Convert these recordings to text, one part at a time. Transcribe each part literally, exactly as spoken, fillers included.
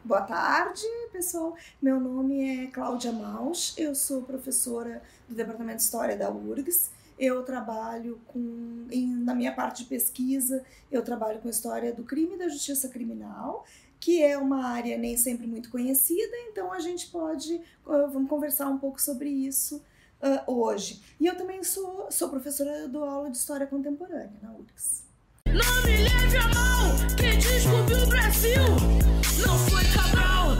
Boa tarde, pessoal. Meu nome é Cláudia Mausch, eu sou professora do Departamento de História da U R G S. Eu trabalho com, em, na minha parte de pesquisa, eu trabalho com História do Crime e da Justiça Criminal, que é uma área nem sempre muito conhecida, então a gente pode, uh, vamos conversar um pouco sobre isso uh, hoje. E eu também sou, sou professora, dou aula de História Contemporânea na U R G S. Não me leve a mal, quem descobriu o Brasil não foi Cabral.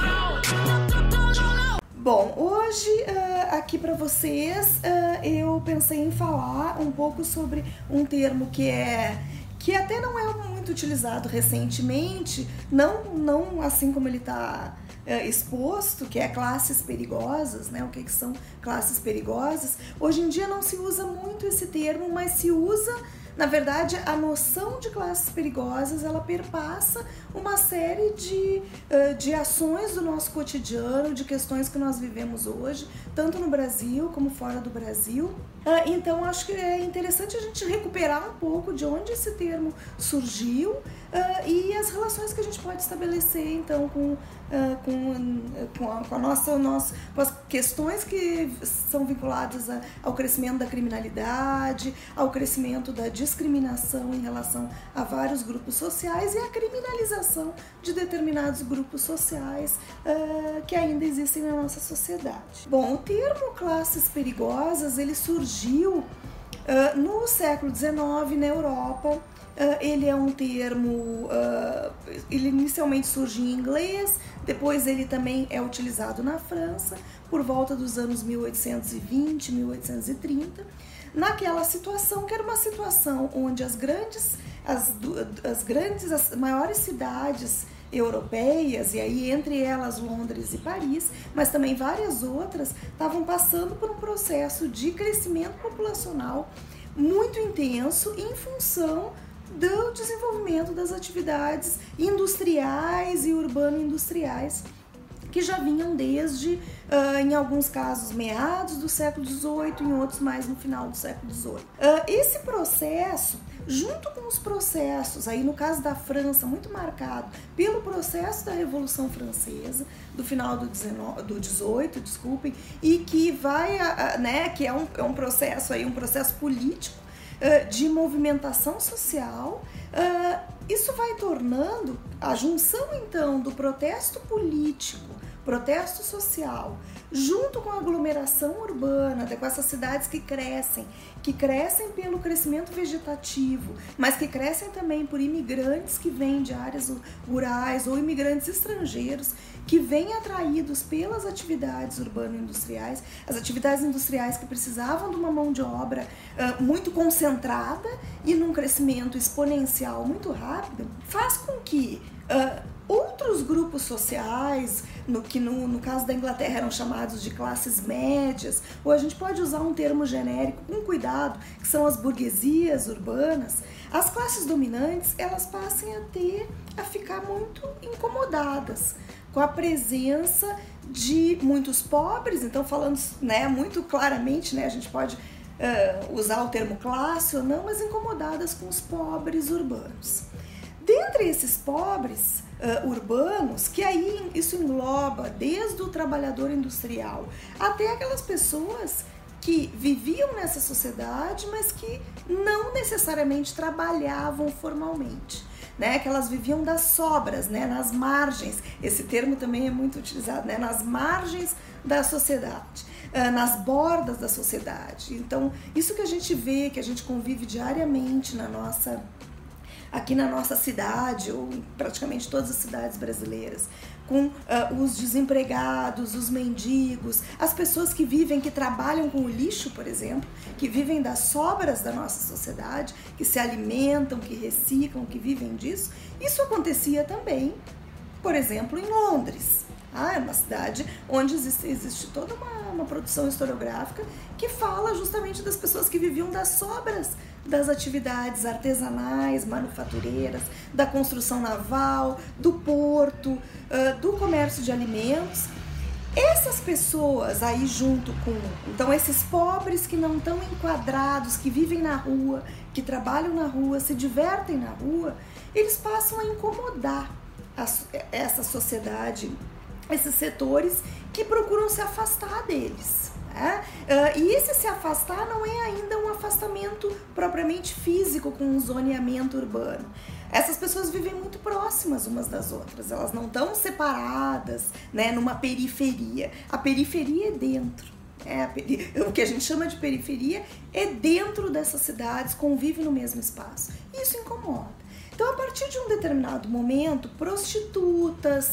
Bom, hoje uh, aqui para vocês uh, eu pensei em falar um pouco sobre um termo que é que até não é muito utilizado recentemente, não, não assim como ele está uh, exposto, que é classes perigosas, né? O que, que são classes perigosas? Hoje em dia não se usa muito esse termo, mas se usa. Na verdade, a noção de classes perigosas, ela perpassa uma série de, uh, de ações do nosso cotidiano, de questões que nós vivemos hoje, tanto no Brasil como fora do Brasil. Uh, então, acho que é interessante a gente recuperar um pouco de onde esse termo surgiu uh, e as relações que a gente pode estabelecer, então, com, uh, com, com, a, com, a nossa, nossa, com as questões que são vinculadas a, ao crescimento da criminalidade, ao crescimento da discriminação em relação a vários grupos sociais e a criminalização de determinados grupos sociais uh, que ainda existem na nossa sociedade. Bom, o termo classes perigosas, ele surgiu uh, no século dezenove na Europa. Uh, ele é um termo, uh, ele inicialmente surge em inglês, depois ele também é utilizado na França por volta dos anos mil oitocentos e vinte, mil oitocentos e trinta. Naquela situação, que era uma situação onde as grandes, as, as grandes, as maiores cidades europeias, e aí entre elas Londres e Paris, mas também várias outras, estavam passando por um processo de crescimento populacional muito intenso em função do desenvolvimento das atividades industriais e urbano-industriais que já vinham desde, uh, em alguns casos, meados do século dezoito, em outros mais no final do século dezoito. Uh, esse processo, junto com os processos, aí no caso da França, muito marcado pelo processo da Revolução Francesa, do final do, dezenove, do dezoito, desculpem, e que vai, a, a, né, que é um, é um processo aí, um processo político, uh, de movimentação social. Uh, isso vai tornando a junção, então, do protesto político, protesto social, junto com a aglomeração urbana, com essas cidades que crescem, que crescem pelo crescimento vegetativo, mas que crescem também por imigrantes que vêm de áreas rurais ou imigrantes estrangeiros que vêm atraídos pelas atividades urbano-industriais, as atividades industriais que precisavam de uma mão de obra uh, muito concentrada e num crescimento exponencial muito rápido, faz com que uh, outros grupos sociais, no, que no, no caso da Inglaterra eram chamados de classes médias, ou a gente pode usar um termo genérico com cuidado, que são as burguesias urbanas, as classes dominantes, elas passem a ter, a ficar muito incomodadas com a presença de muitos pobres. Então, falando, né, muito claramente, né, a gente pode uh, usar o termo classe ou não, mas incomodadas com os pobres urbanos. Dentre esses pobres uh, urbanos, que aí isso engloba desde o trabalhador industrial até aquelas pessoas que viviam nessa sociedade, mas que não necessariamente trabalhavam formalmente, né? Que elas viviam das sobras, né? Nas margens. Esse termo também é muito utilizado, né? Nas margens da sociedade, uh, nas bordas da sociedade. Então, isso que a gente vê, que a gente convive diariamente na nossa aqui na nossa cidade, ou em praticamente todas as cidades brasileiras, com uh, os desempregados, os mendigos, as pessoas que vivem, que trabalham com o lixo, por exemplo, que vivem das sobras da nossa sociedade, que se alimentam, que reciclam, que vivem disso. Isso acontecia também, por exemplo, em Londres. Ah, é uma cidade onde existe, existe toda uma, uma produção historiográfica que fala justamente das pessoas que viviam das sobras das atividades artesanais, manufatureiras, da construção naval, do porto, uh, do comércio de alimentos. Essas pessoas aí junto com, então esses pobres que não estão enquadrados, que vivem na rua, que trabalham na rua, se divertem na rua, eles passam a incomodar a, essa sociedade, esses setores que procuram se afastar deles. É? Uh, e esse se afastar não é ainda um afastamento propriamente físico com um zoneamento urbano. Essas pessoas vivem muito próximas umas das outras, elas não estão separadas, né, numa periferia. A periferia é dentro. É, a peri... O que a gente chama de periferia é dentro dessas cidades, convive no mesmo espaço. Isso incomoda. Então, a partir de um determinado momento, prostitutas,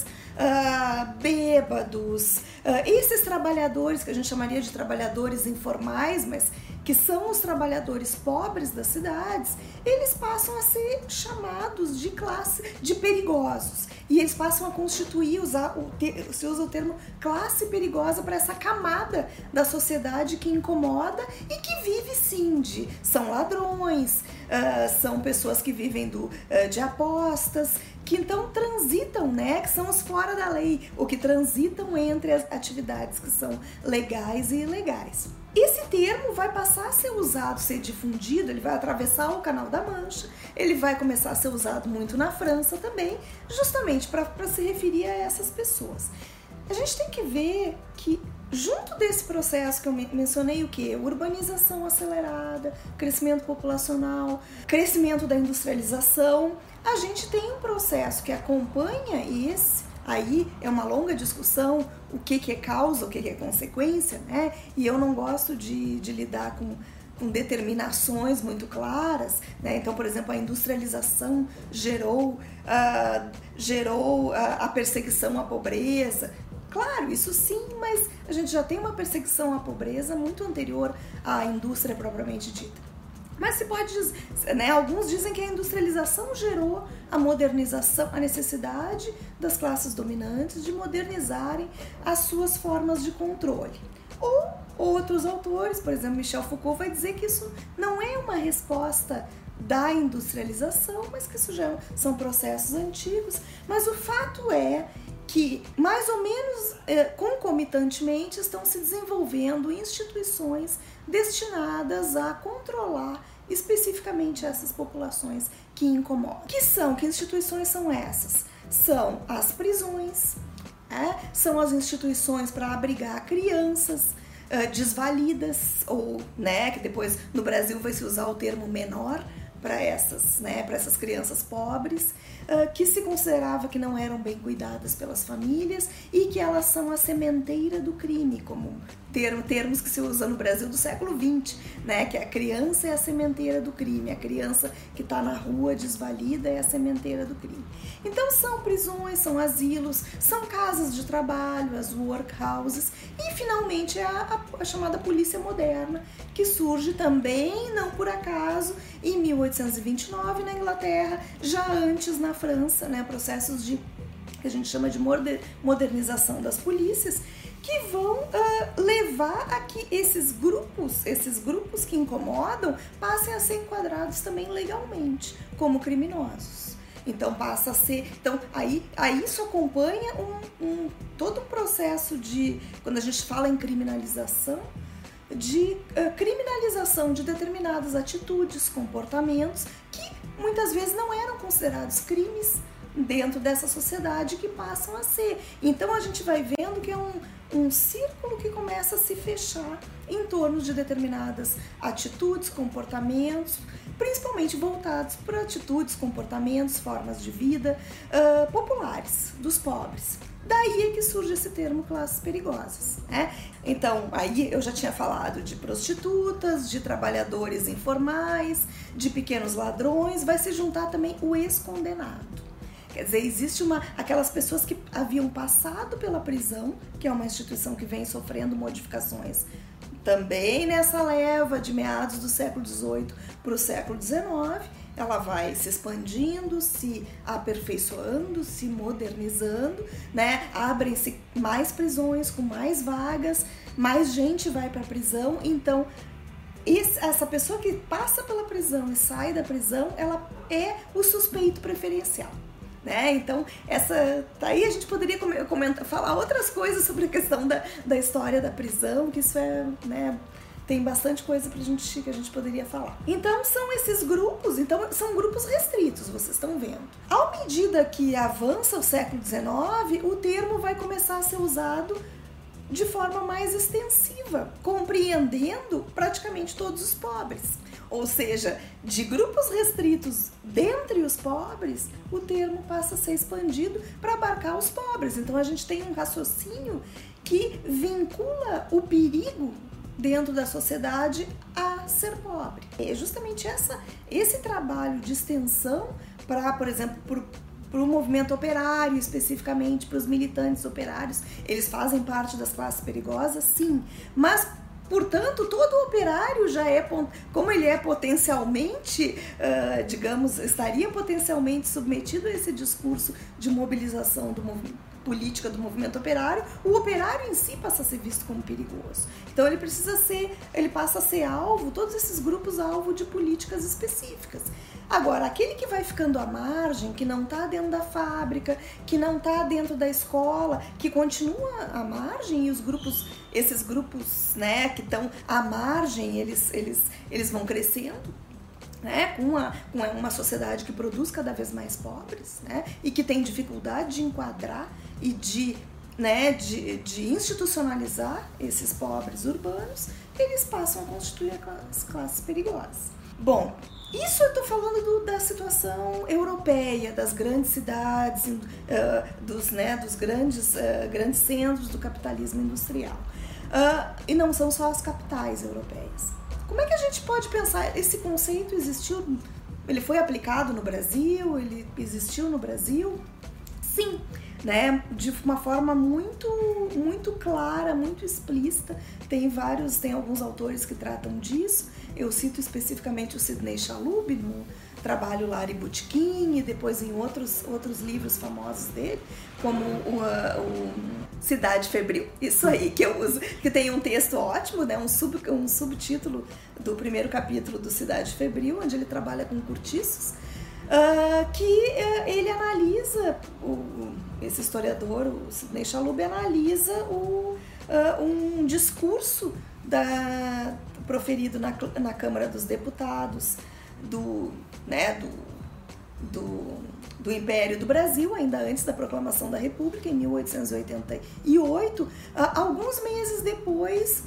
uh, bêbados, uh, esses trabalhadores, que a gente chamaria de trabalhadores informais, mas que são os trabalhadores pobres das cidades, eles passam a ser chamados de classe, de perigosos. E eles passam a constituir, usar, o te, se usa o termo classe perigosa para essa camada da sociedade que incomoda e que vive sim de, são ladrões, uh, são pessoas que vivem do, uh, de apostas, que então transitam, né, que são os fora da lei, ou que transitam entre as atividades que são legais e ilegais. Esse termo vai passar a ser usado, ser difundido, ele vai atravessar o Canal da Mancha, ele vai começar a ser usado muito na França também, justamente para se referir a essas pessoas. A gente tem que ver que junto desse processo que eu mencionei, o que? Urbanização acelerada, crescimento populacional, crescimento da industrialização, a gente tem um processo que acompanha esse. Aí é uma longa discussão, o que, que é causa, o que, que é consequência, né? E eu não gosto de, de lidar com, com determinações muito claras, né? Então, por exemplo, a industrialização gerou, uh, gerou uh, a perseguição à pobreza. Claro, isso sim, mas a gente já tem uma perseguição à pobreza muito anterior à indústria propriamente dita. Mas se pode dizer, né, alguns dizem que a industrialização gerou a modernização, a necessidade das classes dominantes de modernizarem as suas formas de controle. Ou outros autores, por exemplo, Michel Foucault, vai dizer que isso não é uma resposta da industrialização, mas que isso já são processos antigos. Mas o fato é que, mais ou menos é, concomitantemente, estão se desenvolvendo instituições destinadas a controlar especificamente essas populações que incomodam. Que são? Que instituições são essas? São as prisões, é? São as instituições para abrigar crianças uh, desvalidas, ou, né, que depois no Brasil vai se usar o termo menor para essas, né, para essas crianças pobres, uh, que se considerava que não eram bem cuidadas pelas famílias e que elas são a sementeira do crime, como termo, termos que se usam no Brasil do século vinte, né, que a criança é a sementeira do crime, a criança que está na rua desvalida é a sementeira do crime. Então são prisões, são asilos, são casas de trabalho, as workhouses e finalmente a, a, a chamada polícia moderna, que surge também, não por acaso, em mil oitocentos e vinte e nove na Inglaterra, já antes na França, né, processos de, que a gente chama de modernização das polícias, que vão uh, levar a que esses grupos, esses grupos que incomodam, passem a ser enquadrados também legalmente como criminosos. Então passa a ser, então aí, aí isso acompanha um, um, todo o processo de, quando a gente fala em criminalização, de uh, criminalização de determinadas atitudes, comportamentos que muitas vezes não eram considerados crimes dentro dessa sociedade, que passam a ser. Então a gente vai vendo que é um, um círculo que começa a se fechar em torno de determinadas atitudes, comportamentos, principalmente voltados para atitudes, comportamentos, formas de vida uh, populares, dos pobres. Daí é que surge esse termo classes perigosas, né? Então, aí eu já tinha falado de prostitutas, de trabalhadores informais, de pequenos ladrões, vai se juntar também o ex-condenado. Quer dizer, existe uma, aquelas pessoas que haviam passado pela prisão, que é uma instituição que vem sofrendo modificações também nessa leva de meados do século dezoito para o século dezenove, ela vai se expandindo, se aperfeiçoando, se modernizando, né? Abrem-se mais prisões com mais vagas, mais gente vai para a prisão, então essa pessoa que passa pela prisão e sai da prisão, ela é o suspeito preferencial. Né? Então, essa, tá aí a gente poderia comentar, falar outras coisas sobre a questão da, da história da prisão, que isso é, né, tem bastante coisa pra gente, que a gente poderia falar. Então são esses grupos, então são grupos restritos, vocês estão vendo. À medida que avança o século dezenove, o termo vai começar a ser usado de forma mais extensiva, compreendendo praticamente todos os pobres. Ou seja, de grupos restritos dentre os pobres, o termo passa a ser expandido para abarcar os pobres. Então a gente tem um raciocínio que vincula o perigo dentro da sociedade a ser pobre. É justamente essa, esse trabalho de extensão para, por exemplo, para o movimento operário, especificamente para os militantes operários, eles fazem parte das classes perigosas, sim, mas portanto, todo operário já é, como ele é potencialmente, uh, digamos, estaria potencialmente submetido a esse discurso de mobilização do movimento, política do movimento operário, o operário em si passa a ser visto como perigoso. Então ele precisa ser, ele passa a ser alvo, todos esses grupos alvo de políticas específicas. Agora, aquele que vai ficando à margem, que não está dentro da fábrica, que não está dentro da escola, que continua à margem, e os grupos, esses grupos, né, que estão à margem, eles, eles, eles vão crescendo, né, com, uma, com uma sociedade que produz cada vez mais pobres, né, e que tem dificuldade de enquadrar e de, né, de, de institucionalizar esses pobres urbanos, eles passam a constituir as classes perigosas. Bom, isso eu estou falando do, da situação europeia, das grandes cidades, uh, dos, né, dos grandes, uh, grandes centros do capitalismo industrial. Uh, e não são só as capitais europeias. Como é que a gente pode pensar? Esse conceito existiu, ele foi aplicado no Brasil, ele existiu no Brasil? Sim, né? De uma forma muito, muito clara, muito explícita. Tem vários, tem alguns autores que tratam disso. Eu cito especificamente o Sidney Chalhoub no trabalho Lar e Botequim, e depois em outros, outros livros famosos dele, como o, o Cidade Febril. Isso aí, que eu uso, que tem um texto ótimo, né? um, sub, um subtítulo do primeiro capítulo do Cidade Febril, onde ele trabalha com cortiços, uh, que uh, ele analisa, o, esse historiador, o Sidney Chalhoub, analisa o, uh, um discurso da, proferido na, na Câmara dos Deputados do, né, do, do, do Império do Brasil, ainda antes da proclamação da República, em mil oitocentos e oitenta e oito, uh, alguns meses depois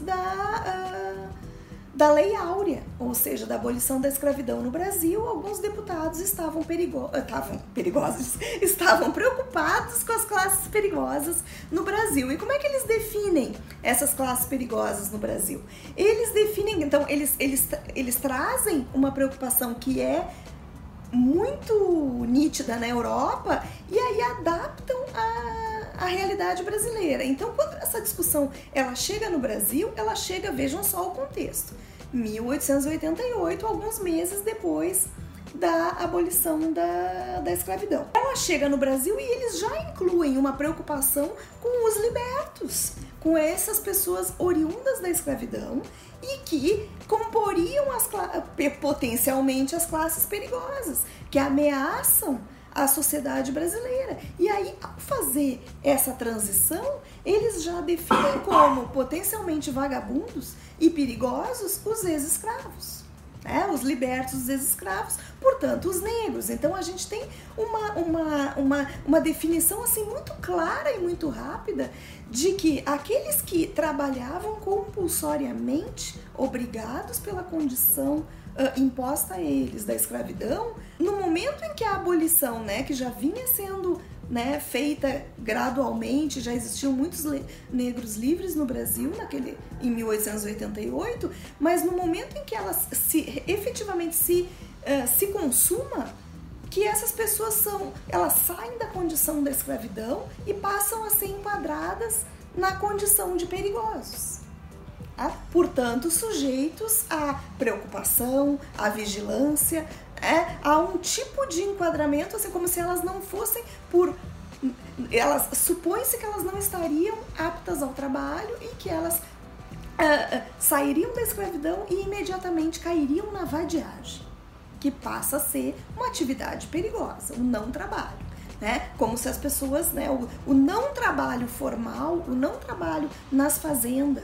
da, uh, da Lei Áurea, ou seja, da abolição da escravidão no Brasil. Alguns deputados estavam, perigo- estavam perigosos, estavam preocupados com as classes perigosas no Brasil. E como é que eles definem essas classes perigosas no Brasil? Eles definem, então, eles, eles, eles trazem uma preocupação que é muito nítida na Europa e aí adaptam a, a realidade brasileira. Então, quando essa discussão ela chega no Brasil, ela chega, vejam só o contexto, mil oitocentos e oitenta e oito, alguns meses depois da abolição da, da escravidão. Ela chega no Brasil e eles já incluem uma preocupação com os libertos, com essas pessoas oriundas da escravidão e que comporiam as, potencialmente as classes perigosas, que ameaçam a sociedade brasileira. E aí, ao fazer essa transição, eles já definem como potencialmente vagabundos e perigosos os ex-escravos. É, os libertos, os ex-escravos, portanto, os negros. Então, a gente tem uma, uma, uma, uma definição assim, muito clara e muito rápida de que aqueles que trabalhavam compulsoriamente, obrigados pela condição uh, imposta a eles da escravidão, no momento em que a abolição, né, que já vinha sendo, né, feita gradualmente, já existiam muitos le- negros livres no Brasil naquele, em mil oitocentos e oitenta e oito, mas no momento em que ela se, efetivamente se, uh, se consuma, que essas pessoas são, elas saem da condição da escravidão e passam a ser enquadradas na condição de perigosos. Tá? Portanto, sujeitos à preocupação, à vigilância, é, a um tipo de enquadramento, assim como se elas não fossem por... Elas supõe-se que elas não estariam aptas ao trabalho e que elas uh, uh, sairiam da escravidão e imediatamente cairiam na vadiagem, que passa a ser uma atividade perigosa, o não trabalho. Né? Como se as pessoas, né, o, o não trabalho formal, o não trabalho nas fazendas,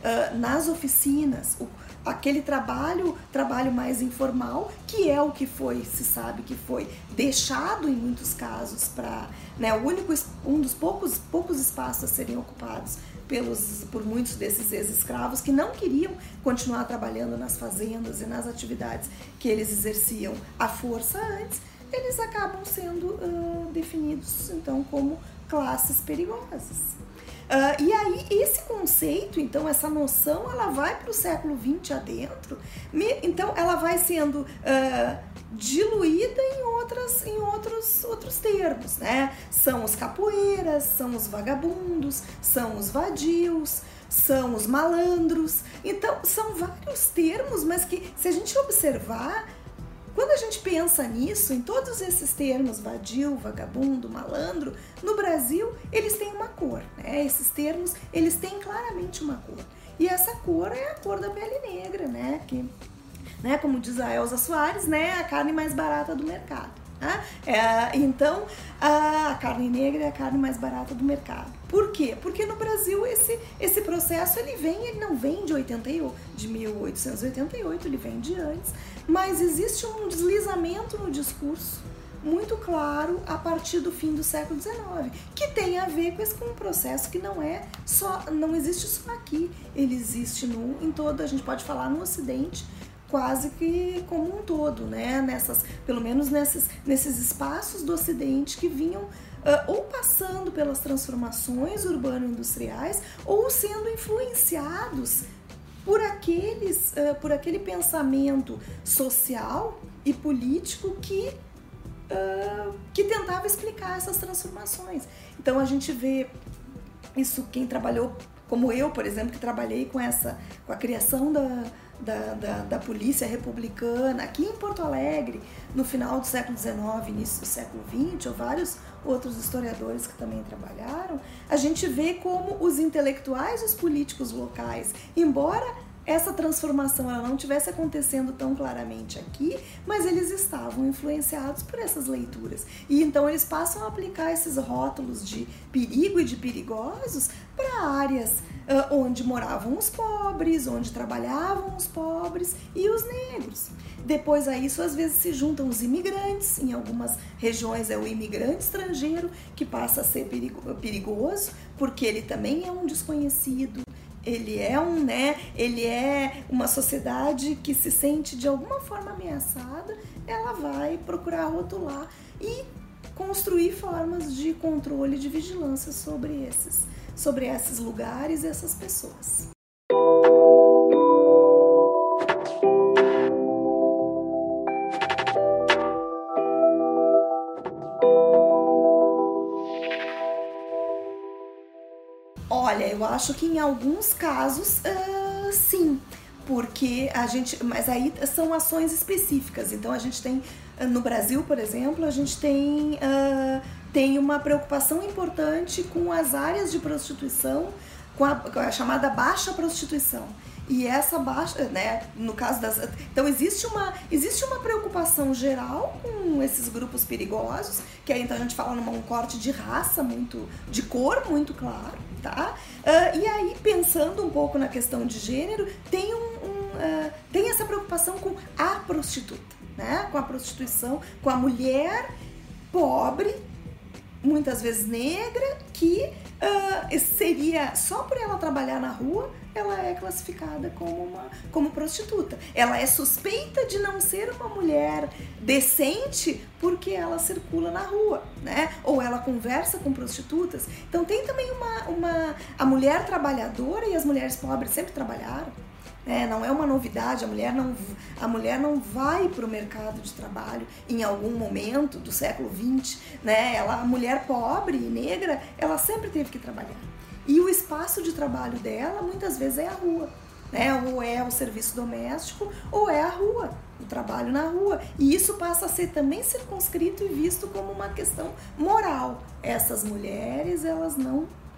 uh, nas oficinas, o, aquele trabalho, trabalho mais informal, que é o que foi, se sabe que foi deixado em muitos casos para, né, o único, um dos poucos, poucos espaços a serem ocupados pelos, por muitos desses ex-escravos que não queriam continuar trabalhando nas fazendas e nas atividades que eles exerciam à força antes, eles acabam sendo uh, definidos então como classes perigosas. Uh, e aí esse conceito, então essa noção, ela vai para o século vinte adentro, me, então ela vai sendo uh, diluída em, outras, em outros, outros termos, né? São os capoeiras, são os vagabundos, são os vadios, são os malandros. Então são vários termos, mas que se a gente observar, quando a gente pensa nisso, em todos esses termos, vadio, vagabundo, malandro, no Brasil, eles têm uma cor, né? Esses termos, eles têm claramente uma cor. E essa cor é a cor da pele negra, né? Que, né, como diz a Elza Soares, né, a carne mais barata do mercado. Né? É, então, a carne negra é a carne mais barata do mercado. Por quê? Porque no Brasil esse, esse processo ele vem, ele não vem de, oitenta e oito, de mil oitocentos e oitenta e oito, ele vem de antes, mas existe um deslizamento no discurso muito claro a partir do fim do século dezenove, que tem a ver com esse com um processo que não é só, não existe só aqui, ele existe no, em todo, a gente pode falar no Ocidente, quase que como um todo, né? Nessas, pelo menos nesses, nesses espaços do Ocidente que vinham uh, ou passando pelas transformações urbano-industriais ou sendo influenciados por, aqueles, uh, por aquele pensamento social e político que, uh, que tentava explicar essas transformações. Então a gente vê isso, quem trabalhou, como eu, por exemplo, que trabalhei com, essa, com a criação da Da, da, da polícia republicana aqui em Porto Alegre no final do século dezenove, início do século vinte, ou vários outros historiadores que também trabalharam, a gente vê como os intelectuais e os políticos locais, embora essa transformação ela não estivesse acontecendo tão claramente aqui, mas eles estavam influenciados por essas leituras. E então eles passam a aplicar esses rótulos de perigo e de perigosos para áreas uh, onde moravam os pobres, onde trabalhavam os pobres e os negros. Depois a isso, às vezes, se juntam os imigrantes. Em algumas regiões é o imigrante estrangeiro que passa a ser perigo- perigoso, porque ele também é um desconhecido. Ele é um, né, ele é uma sociedade que se sente de alguma forma ameaçada, ela vai procurar rotular e construir formas de controle, de vigilância sobre esses, sobre esses lugares e essas pessoas. Olha, eu acho que em alguns casos, uh, sim, porque a gente, mas aí são ações específicas. Então a gente tem, no Brasil, por exemplo, a gente tem, uh, tem uma preocupação importante com as áreas de prostituição, com a, com a chamada baixa prostituição. E essa baixa, né, no caso das... Então existe uma, existe uma preocupação geral com esses grupos perigosos, que aí então a gente fala num um corte de raça, muito, de cor muito claro, tá? Uh, e aí, pensando um pouco na questão de gênero, tem, um, um, uh, tem essa preocupação com a prostituta, né? Com a prostituição, com a mulher pobre, muitas vezes negra, que uh, seria, só por ela trabalhar na rua, ela é classificada como uma como prostituta. Ela é suspeita de não ser uma mulher decente porque ela circula na rua, né? Ou ela conversa com prostitutas. Então tem também uma, uma... A mulher trabalhadora e as mulheres pobres sempre trabalharam. É, não é uma novidade, a mulher não, a mulher não vai para o mercado de trabalho em algum momento do século vinte, né? Ela, a mulher pobre e negra, ela sempre teve que trabalhar. E o espaço de trabalho dela, muitas vezes, é a rua, né? Ou é o serviço doméstico, ou é a rua, o trabalho na rua. E isso passa a ser também circunscrito e visto como uma questão moral. Essas mulheres, elas não...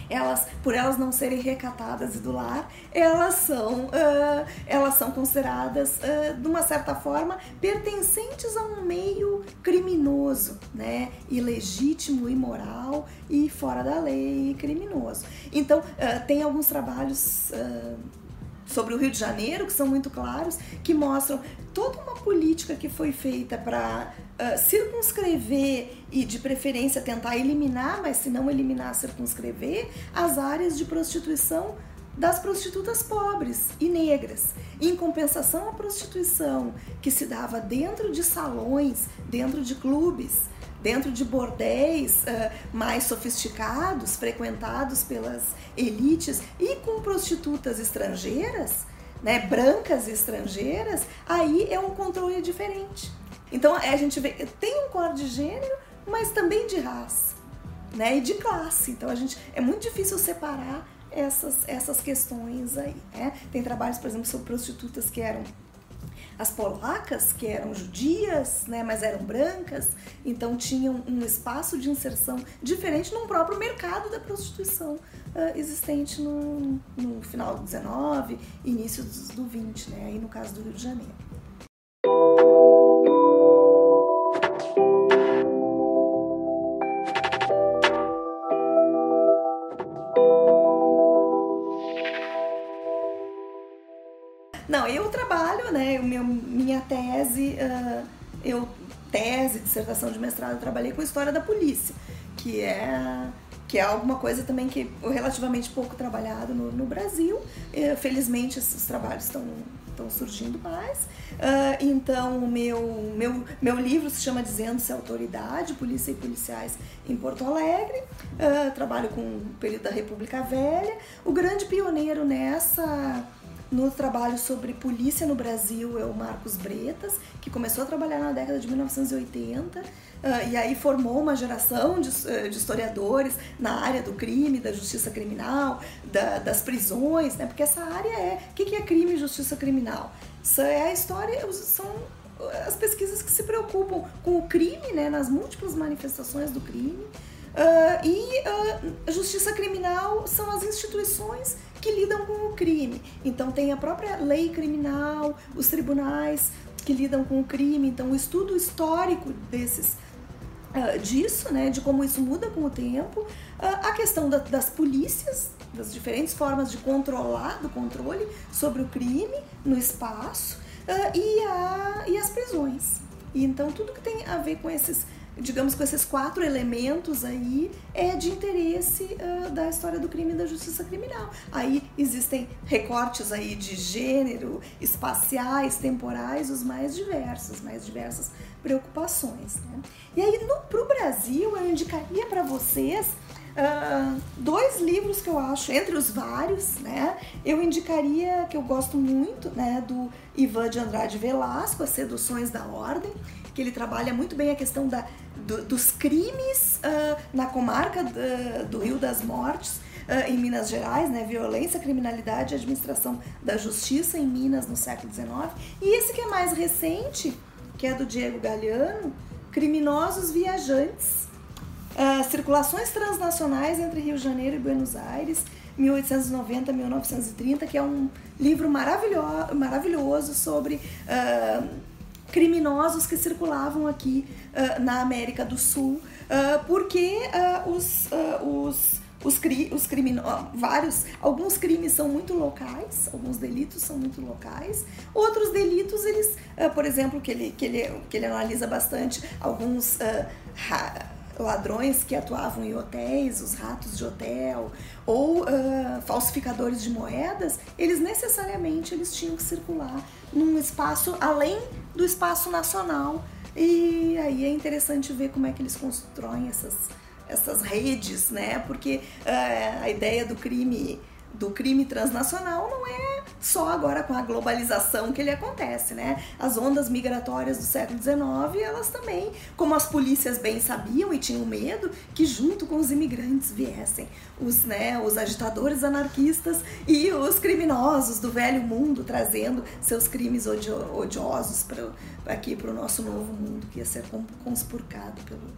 elas, por elas não serem recatadas e do lar, elas são, uh, elas são consideradas, uh, de uma certa forma, pertencentes a um meio criminoso, né? Ilegítimo, imoral e fora da lei, criminoso. Então, uh, tem alguns trabalhos uh, sobre o Rio de Janeiro que são muito claros, que mostram toda uma política que foi feita para uh, circunscrever e, de preferência, tentar eliminar, mas se não eliminar, circunscrever as áreas de prostituição das prostitutas pobres e negras. Em compensação, a prostituição que se dava dentro de salões, dentro de clubes, dentro de bordéis uh, mais sofisticados, frequentados pelas elites e com prostitutas estrangeiras, né, brancas e estrangeiras, aí é um controle diferente. Então a gente vê, tem um código de gênero, mas também de raça, né, e de classe. Então a gente, é muito difícil separar essas, essas questões aí, né? Tem trabalhos, por exemplo, sobre prostitutas que eram as polacas, que eram judias, né, mas eram brancas, então tinham um espaço de inserção diferente no próprio mercado da prostituição uh, existente no, no final do dezenove, início do vinte, né, aí no caso do Rio de Janeiro. Não, eu trabalho, né, meu, minha tese, uh, eu, tese, dissertação de mestrado, eu trabalhei com história da polícia, que é, que é alguma coisa também que é relativamente pouco trabalhado no, no Brasil. E, felizmente, esses trabalhos estão estão surgindo mais. Uh, então, o meu, meu, meu livro se chama Dizendo-se Autoridade, Polícia e Policiais em Porto Alegre. Uh, trabalho com o período da República Velha. O grande pioneiro nessa... No trabalho sobre polícia no Brasil é o Marcos Bretas, que começou a trabalhar na década de mil novecentos e oitenta uh, e aí formou uma geração de, de historiadores na área do crime, da justiça criminal, da, das prisões, né? Porque essa área é... O que é crime e justiça criminal? Isso é a história, são as pesquisas que se preocupam com o crime, né? Nas múltiplas manifestações do crime. Uh, e uh, a justiça criminal são as instituições que lidam com o crime. Então tem a própria lei criminal, os tribunais que lidam com o crime. Então o estudo histórico desses, uh, disso, né, de como isso muda com o tempo, uh, a questão da, das polícias, das diferentes formas de controlar, do controle sobre o crime no espaço, uh, e, a, e as prisões. E então tudo que tem a ver com esses, digamos, com esses quatro elementos aí é de interesse uh, da história do crime e da justiça criminal. Aí existem recortes aí de gênero, espaciais, temporais, os mais diversos, mais diversas preocupações, né? E aí, para o Brasil, eu indicaria para vocês uh, dois livros que eu acho, entre os vários, né? Eu indicaria, que eu gosto muito, né, do Ivan de Andrade Velasco, As Seduções da Ordem, que ele trabalha muito bem a questão da, do, dos crimes uh, na comarca do, do Rio das Mortes, uh, em Minas Gerais, né? Violência, criminalidade e administração da justiça em Minas no século dezenove. E esse que é mais recente, que é do Diego Galeano, Criminosos Viajantes, uh, Circulações Transnacionais entre Rio de Janeiro e Buenos Aires, mil oitocentos e noventa a mil novecentos e trinta, que é um livro maravilhoso, maravilhoso sobre... Uh, criminosos que circulavam aqui uh, na América do Sul, uh, porque uh, os, uh, os, os, cri, os criminosos, vários, alguns crimes são muito locais, alguns delitos são muito locais, outros delitos, eles, uh, por exemplo, que ele, que, ele, que ele analisa bastante, alguns uh, ha, ladrões que atuavam em hotéis, os ratos de hotel, ou uh, falsificadores de moedas, eles necessariamente eles tinham que circular num espaço além do espaço nacional. E aí é interessante ver como é que eles constroem essas, essas redes, né? Porque uh, a ideia do crime, do crime transnacional não é só agora com a globalização que ele acontece, né? As ondas migratórias do século dezenove, elas também, como as polícias bem sabiam e tinham medo, que junto com os imigrantes viessem os, né, os agitadores anarquistas e os criminosos do velho mundo, trazendo seus crimes odiosos para aqui, para o nosso novo mundo, que ia ser conspurcado pelo,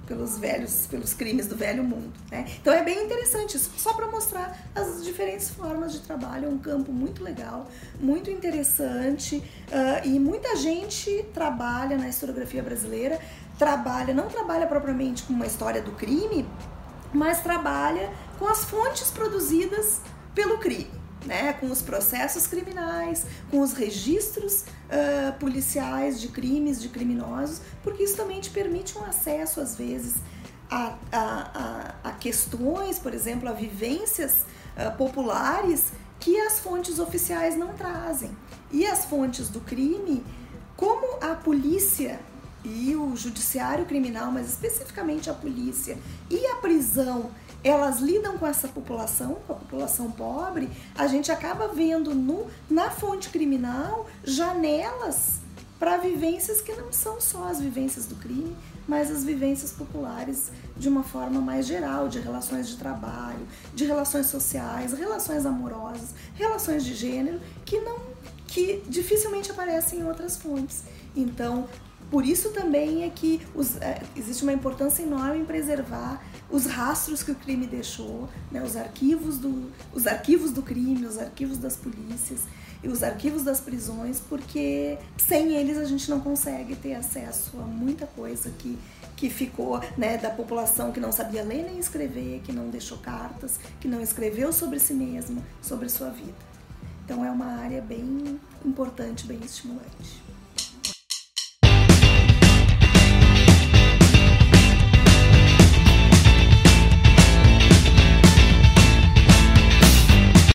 pelos velhos, pelos crimes do velho mundo, né? Então é bem interessante isso, só para mostrar as diferentes formas de trabalho. É um campo muito legal, muito interessante, uh, e muita gente trabalha na historiografia brasileira, trabalha, não trabalha propriamente com uma história do crime, mas trabalha com as fontes produzidas pelo crime, né? Com os processos criminais, com os registros uh, policiais de crimes, de criminosos, porque isso também te permite um acesso, às vezes, a, a, a, a questões, por exemplo, a vivências uh, populares que as fontes oficiais não trazem. E as fontes do crime, como a polícia e o judiciário criminal, mas especificamente a polícia e a prisão, elas lidam com essa população, com a população pobre, a gente acaba vendo no, na fonte criminal janelas para vivências que não são só as vivências do crime, mas as vivências populares de uma forma mais geral, de relações de trabalho, de relações sociais, relações amorosas, relações de gênero, que, não, que dificilmente aparecem em outras fontes. Então, por isso também é que os, é, existe uma importância enorme em preservar os rastros que o crime deixou, né, os arquivos do, os arquivos do crime, os arquivos das polícias e os arquivos das prisões, porque sem eles a gente não consegue ter acesso a muita coisa que, que ficou, né, da população que não sabia ler nem escrever, que não deixou cartas, que não escreveu sobre si mesma, sobre sua vida. Então é uma área bem importante, bem estimulante.